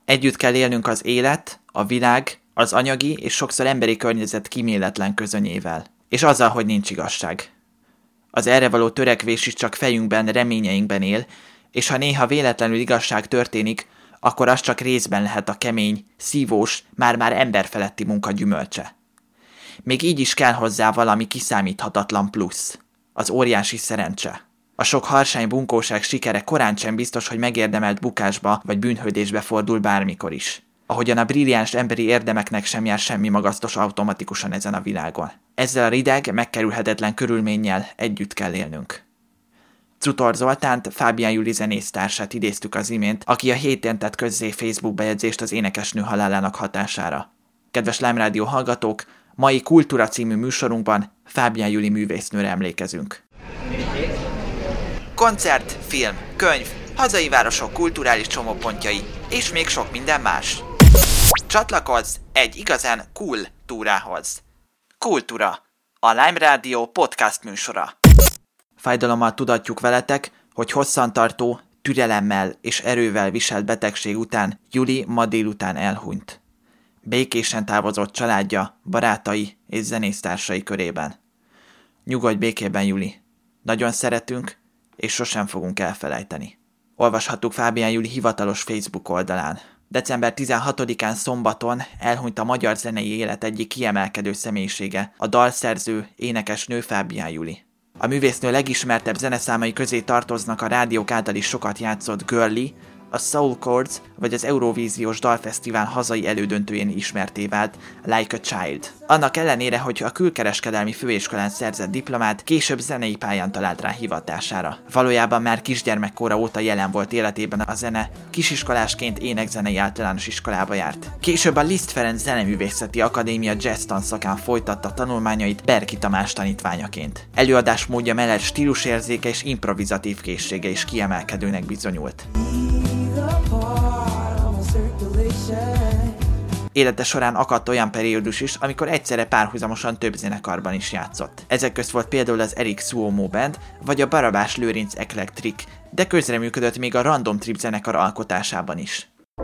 Együtt kell élnünk az élet, a világ, az anyagi és sokszor emberi környezet kíméletlen közönyével. És azzal, hogy nincs igazság. Az erre való törekvés is csak fejünkben, reményeinkben él, és ha néha véletlenül igazság történik, akkor az csak részben lehet a kemény, szívós, már-már emberfeletti munka gyümölcse. Még így is kell hozzá valami kiszámíthatatlan plusz. Az óriási szerencse. A sok harsány bunkóság sikere korán sem biztos, hogy megérdemelt bukásba vagy bűnhődésbe fordul bármikor is. Ahogyan a brilliáns emberi érdemeknek sem jár semmi magasztos automatikusan ezen a világon. Ezzel a rideg, megkerülhetetlen körülménnyel együtt kell élnünk. Cutor Zoltánt, Fábián Juli zenésztársát idéztük az imént, aki a héten tett közzé Facebook bejegyzést az énekesnő halálának hatására. Kedves Lime Radio hallgatók, mai Kultúra című műsorunkban Fábián Juli művésznőre emlékezünk. Koncert, film, könyv, hazai városok kulturális csomópontjai, és még sok minden más. Csatlakozz egy igazán cool túrához. Kultúra, a Lime Radio podcast műsora. Fájdalommal tudatjuk veletek, hogy hosszantartó, türelemmel és erővel viselt betegség után Juli ma délután elhunyt. Békésen távozott családja, barátai és zenésztársai körében. Nyugodj békében, Juli. Nagyon szeretünk, és sosem fogunk elfelejteni. Olvashattuk Fábián Juli hivatalos Facebook oldalán. December 16-án szombaton elhunyt a magyar zenei élet egyik kiemelkedő személyisége, a dalszerző, énekesnő Fábián Juli. A művésznő legismertebb zeneszámai közé tartoznak a rádiók által is sokat játszott Girlie, a Soul Chords vagy az Eurovíziós Dalfesztivál hazai elődöntőjén ismertté vált Like a Child. Annak ellenére, hogy a külkereskedelmi főiskolán szerzett diplomát, később zenei pályán talált rá hivatására. Valójában már kisgyermekkora óta jelen volt életében a zene, kisiskolásként énekzenei általános iskolába járt. Később a Liszt Ferenc Zeneművészeti Akadémia jazz tanszakán folytatta tanulmányait Berki Tamás tanítványaként. Előadásmódja mellett stílusérzéke és improvizatív készsége is kiemelkedőnek bizonyult. Élete során akadt olyan periódus is, amikor egyszerre párhuzamosan több zenekarban is játszott. Ezek közt volt például az Eric Suomo Band, vagy a Barabás Lőrinc Eclectric, de közreműködött még a Random Trip zenekar alkotásában is.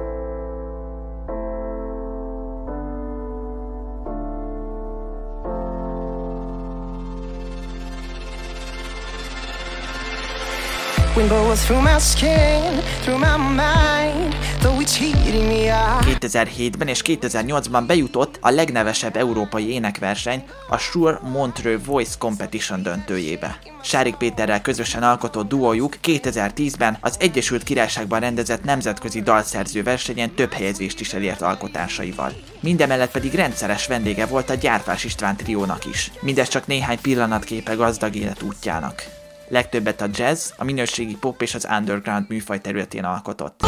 Goes through my skin, through my mind, though it's heating me up. 2007-ben és 2008-ban bejutott a legnevesebb európai énekverseny, a Shure Montreux Voice Competition döntőjébe. Sárik Péterrel közösen alkotott duójuk 2010-ben az Egyesült Királyságban rendezett nemzetközi dalszerző versenyen több helyezést is elért alkotásaival. Mindemellett pedig rendszeres vendége volt a Gyárfás István triónak is. Mindez csak néhány pillanatképe gazdag élet útjának. Legtöbbet a jazz, a minőségi pop és az underground műfaj területén alkotott.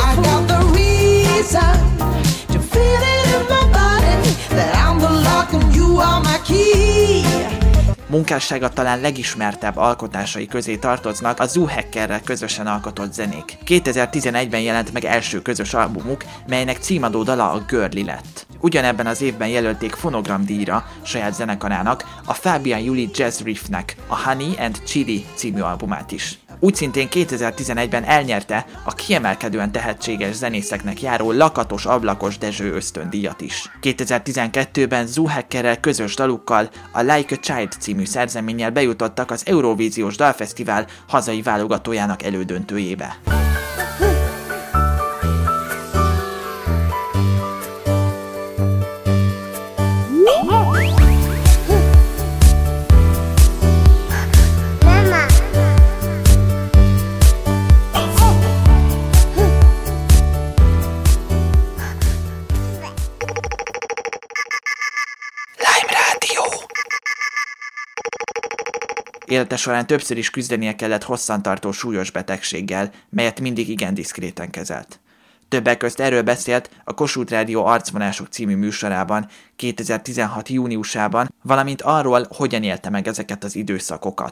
Munkássága talán legismertebb alkotásai közé tartoznak a Zoo Hackerrel közösen alkotott zenék. 2011-ben jelent meg első közös albumuk, melynek címadó dala a Girlie lett. Ugyanebben az évben jelölték fonogramdíjra saját zenekarának, a Fábián Juli Jazz Riffnek a Honey and Chili című albumát is. Úgy szintén 2011-ben elnyerte a kiemelkedően tehetséges zenészeknek járó Lakatos Ablakos Dezső ösztöndíjat is. 2012-ben Zoo Hackerrel közös dalukkal a Like a Child című szerzeménnyel bejutottak az Eurovíziós Dalfesztivál hazai válogatójának elődöntőjébe. Élete során többször is küzdenie kellett hosszantartó súlyos betegséggel, melyet mindig igen diszkréten kezelt. Többek közt erről beszélt a Kossuth Rádió Arcvonások című műsorában 2016. júniusában, valamint arról, hogyan élte meg ezeket az időszakokat.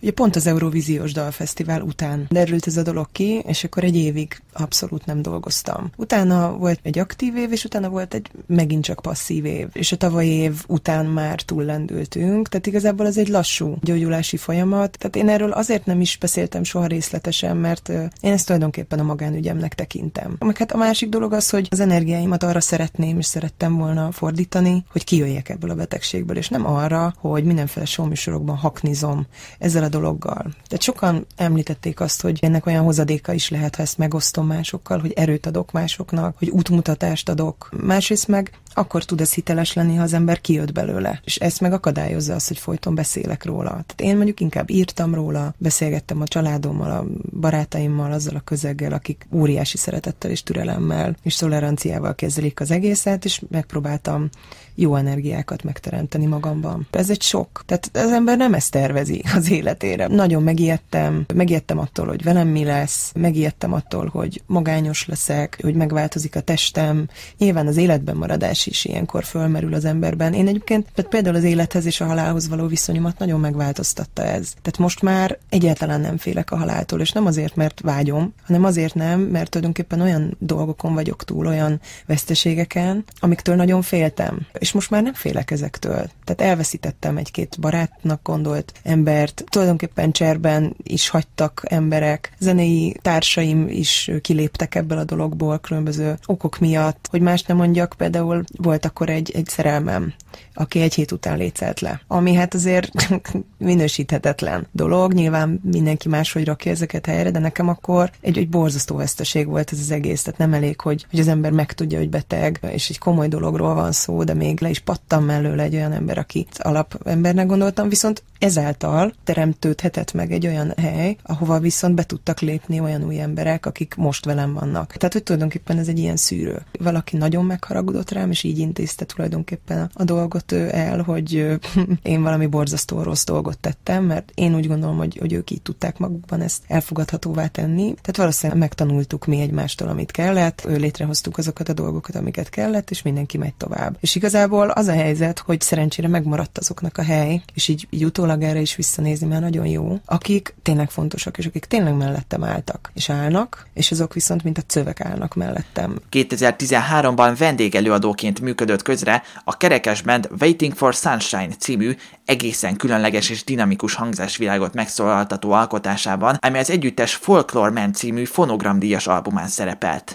ugye pont az Eurovíziós Dalfesztivál után derült ez a dolog ki, és akkor egy évig abszolút nem dolgoztam. Utána volt egy aktív év, és utána volt egy megint csak passzív év. És a tavalyi év után már túllendültünk, tehát igazából ez egy lassú gyógyulási folyamat. Tehát én erről azért nem is beszéltem soha részletesen, mert én ezt tulajdonképpen a magánügyemnek tekintem. Meg hát a másik dolog az, hogy az energiáimat arra szeretném, és szerettem volna fordítani, hogy kijöjjek ebből a betegségből, és nem arra, hogy mindenféle showműsorokban haknizom ezzel a dologgal. Tehát sokan említették azt, hogy ennek olyan hozadéka is lehet, ha ezt megosztom másokkal, hogy erőt adok másoknak, hogy útmutatást adok. Másrészt meg akkor tud ez hiteles lenni, ha az ember kijött belőle. És ezt meg akadályozza azt, hogy folyton beszélek róla. Tehát én mondjuk inkább írtam róla, beszélgettem a családommal, a barátaimmal, azzal a közeggel, akik óriási szeretettel és türelemmel és toleranciával kezelik az egészet, és megpróbáltam jó energiákat megteremteni magamban. Ez egy sok. Tehát az ember nem ezt tervezi az életére. Nagyon megijedtem attól, hogy velem mi lesz, megijedtem attól, hogy magányos leszek, hogy megváltozik a testem. Nyilván az életben maradás is ilyenkor fölmerül az emberben. Én egyébként például az élethez és a halálhoz való viszonyomat nagyon megváltoztatta ez. Tehát most már egyáltalán nem félek a haláltól, és nem azért, mert vágyom, hanem azért nem, mert tulajdonképpen olyan dolgokon vagyok túl, olyan veszteségeken, amiktől nagyon féltem. És most már nem félek ezektől. Tehát elveszítettem egy-két barátnak gondolt embert, tulajdonképpen cserben is hagytak emberek, zenei társaim is kiléptek ebből a dologból különböző okok miatt, hogy más nem mondjak, például volt akkor egy szerelmem, aki egy hét után lécelt le. Ami hát azért minősíthetetlen dolog, nyilván mindenki máshogy rakja ezeket helyre, de nekem akkor egy borzasztó veszteség volt ez az egész, tehát nem elég, hogy az ember megtudja, hogy beteg, és egy komoly dologról van szó, de még le is pattam mellőle egy olyan ember, aki alapembernek gondoltam, viszont ezáltal teremtődhetett meg egy olyan hely, ahova viszont be tudtak lépni olyan új emberek, akik most velem vannak. Tehát, hogy tulajdonképpen ez egy ilyen szűrő. Valaki nagyon megharagudott rám, és így intézte tulajdonképpen a dolgot el, hogy én valami borzasztó rossz dolgot tettem, mert én úgy gondolom, hogy ők így tudták magukban ezt elfogadhatóvá tenni. Tehát valószínűleg megtanultuk mi egymástól, amit kellett, létrehoztuk azokat a dolgokat, amiket kellett, és mindenki megy tovább. És igazából az a helyzet, hogy szerencsére megmaradt azoknak a hely, és így utólag erre is visszanézni már nagyon jó, akik tényleg fontosak, és akik tényleg mellettem álltak, és állnak, és azok viszont mint a cövek állnak mellettem. 2013-ban vendégelőadóként működött közre a kerekes band Waiting for Sunshine című egészen különleges és dinamikus hangzásvilágot megszólaltató alkotásában, ami az együttes Folklore Man című fonogramdíjas albumán szerepelt.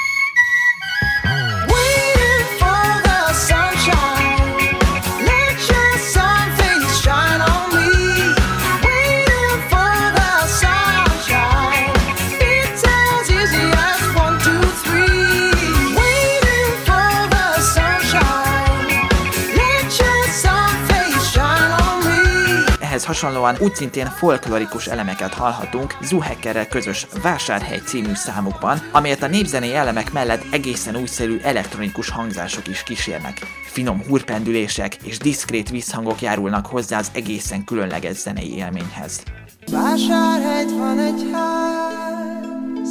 Ehhez hasonlóan úgyszintén folklorikus elemeket hallhatunk Zuhekkerrel közös Vásárhely című számukban, amelyet a népzenei elemek mellett egészen újszerű elektronikus hangzások is kísérnek. Finom húrpendülések és diszkrét vízhangok járulnak hozzá az egészen különleges zenei élményhez. Vásárhelyt van egy ház,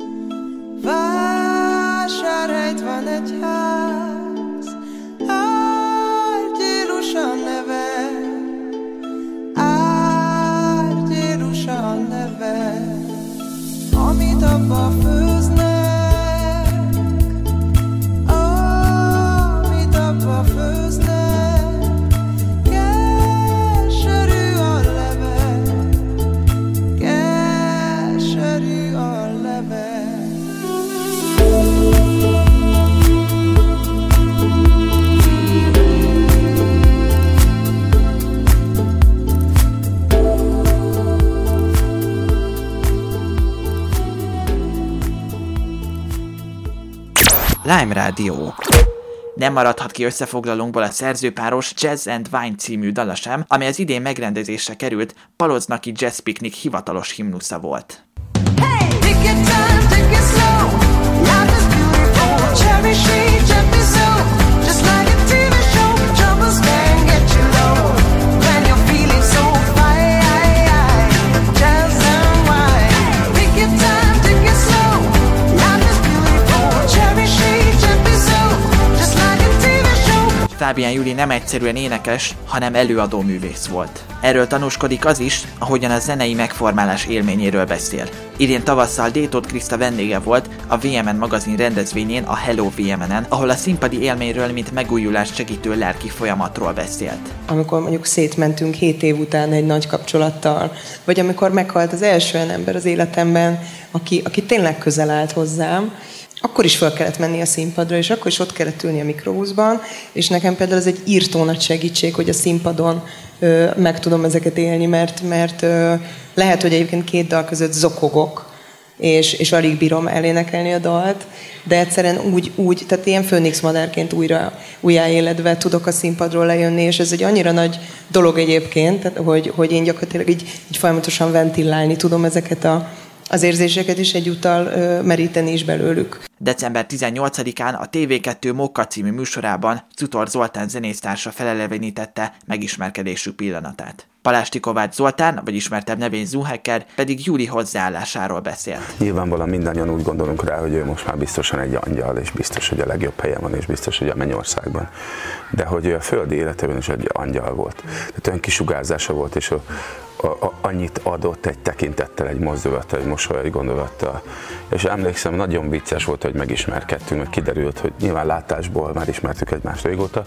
Vásárhelyt van egy ház, Árgyélus a neve, Árgyélus a neve, amit abba főznek, amit abba főznek, keserű a leve, keserű a leve. Lime Radio. Nem maradhat ki összefoglalónkból a szerzőpáros Jazz and Wine című dala sem, amely az idén megrendezésre került Palocznaki Jazz Picnic hivatalos himnusza volt. Hey! Take your time, take it slow. Life is beautiful. Cherish each episode. Just like a TV show. Troubles can get you low. When you're feeling so fine. Jazz and wine. Take your time, take it slow. Life is beautiful. Cherish each episode. Just like a TV show. Fábián Júli nem egyszerűen énekes, hanem előadó művész volt. Erről tanúskodik az is, ahogyan a zenei megformálás élményéről beszél. Idén tavasszal D. Tóth Kriszta vendége volt a VMN magazin rendezvényén, a Hello VMN-en, ahol a színpadi élményről, mint megújulást segítő lelki folyamatról beszélt. Amikor mondjuk szétmentünk 7 év után egy nagy kapcsolattal, vagy amikor meghalt az első olyan ember az életemben, aki tényleg közel állt hozzám, akkor is fel kellett menni a színpadra, és akkor is ott kellett ülni a mikrobuszban, és nekem például ez egy írtó nagy segítség, hogy a színpadon meg tudom ezeket élni, mert lehet, hogy egyébként 2 dal között zokogok, és alig bírom elénekelni a dalt, de egyszerűen úgy, tehát ilyen főnix madárként újjáéledve tudok a színpadról lejönni, és ez egy annyira nagy dolog egyébként, tehát, hogy én gyakorlatilag így folyamatosan ventilálni tudom ezeket az érzéseket is egyúttal meríteni is belőlük. December 18-án a TV2 Mokka című műsorában Czutor Zoltán zenésztársa felelevenítette megismerkedésük pillanatát. Palásti Kovács Zoltán, vagy ismertebb nevén Zuhacker, pedig Júli hozzáállásáról beszélt. Nyilvánvalóan mindannyian úgy gondolunk rá, hogy ő most már biztosan egy angyal, és biztos, hogy a legjobb helyen van, és biztos, hogy a mennyországban. De hogy ő a földi életében is egy angyal volt. Tehát olyan kisugárzása volt, és annyit adott egy tekintettel, egy mozdulattal, egy mosolyal, egy gondolattal. És emlékszem, nagyon vicces volt, hogy megismerkedtünk, mert kiderült, hogy nyilván látásból már ismertük egymást régóta.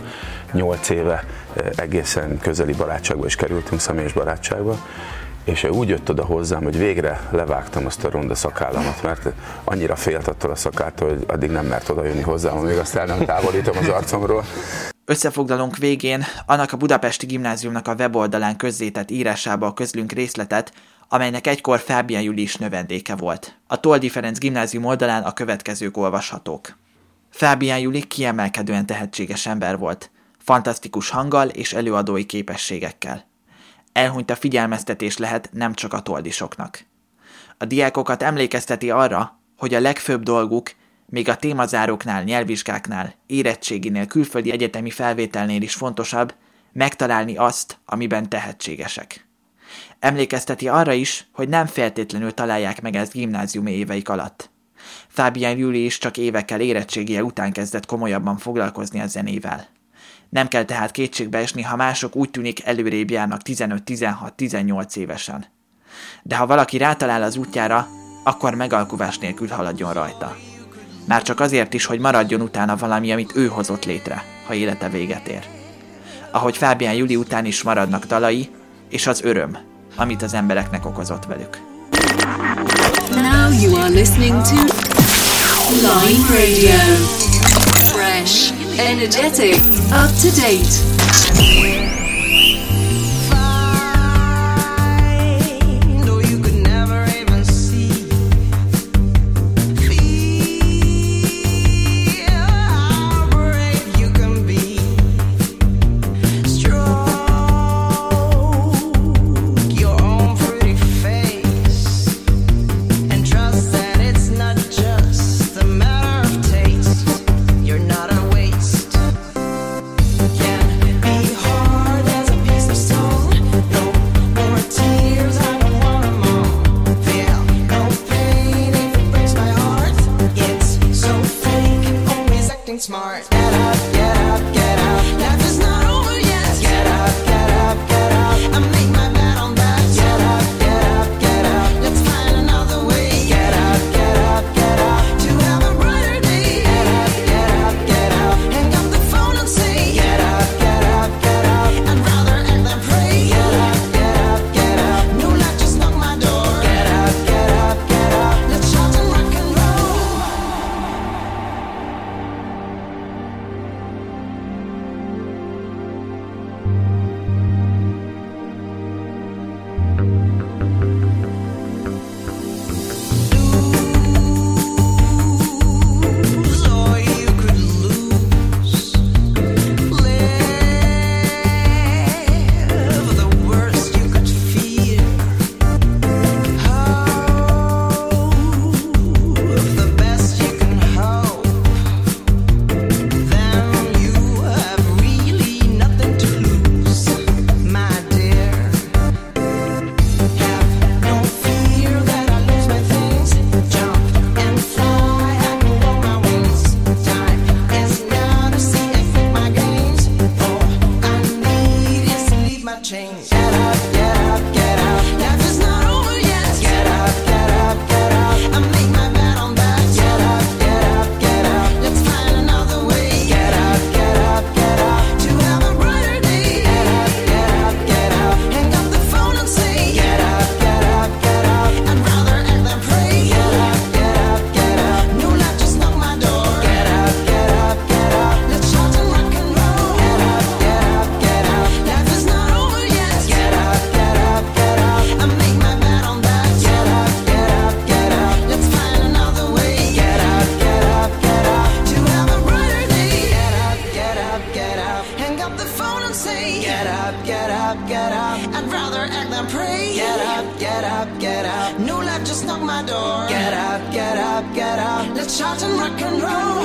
8 éve egészen közeli barátságba is kerültünk, személyes barátságba. És ő úgy jött oda hozzám, hogy végre levágtam azt a ronda szakállamat, mert annyira félt attól a szakától, hogy addig nem mert oda jönni hozzám, amíg azt el nem távolítom az arcomról. Összefoglalónk végén annak a budapesti gimnáziumnak a weboldalán közzétett írásába közlünk részletet, amelynek egykor Fábián Júli is növendéke volt. A Toldy Ferenc gimnázium oldalán a következők olvashatók. Fábián Júli kiemelkedően tehetséges ember volt, fantasztikus hanggal és előadói képességekkel. Elhunyt a figyelmeztetés lehet nem csak a toldisoknak. A diákokat emlékezteti arra, hogy a legfőbb dolguk, még a témazáróknál, nyelvvizsgáknál, érettséginél, külföldi egyetemi felvételnél is fontosabb, megtalálni azt, amiben tehetségesek. Emlékezteti arra is, hogy nem feltétlenül találják meg ezt gimnáziumi éveik alatt. Fábián Júli is csak évekkel érettségie után kezdett komolyabban foglalkozni a zenével. Nem kell tehát kétségbe esni, ha mások úgy tűnik előrébb járnak 15-16-18 évesen. De ha valaki rátalál az útjára, akkor megalkuvás nélkül haladjon rajta. Már csak azért is, hogy maradjon utána valami, amit ő hozott létre, ha élete véget ér. Ahogy Fábián Júli után is maradnak dalai, és az öröm, amit az embereknek okozott velük. Now you are listening to Line Radio. Fresh, energetic, up to date. Get up, get up, get up. I'd rather act than pray. Get up, get up, get up. New life just knocked my door. Get up, get up, get up. Let's shout and rock and roll.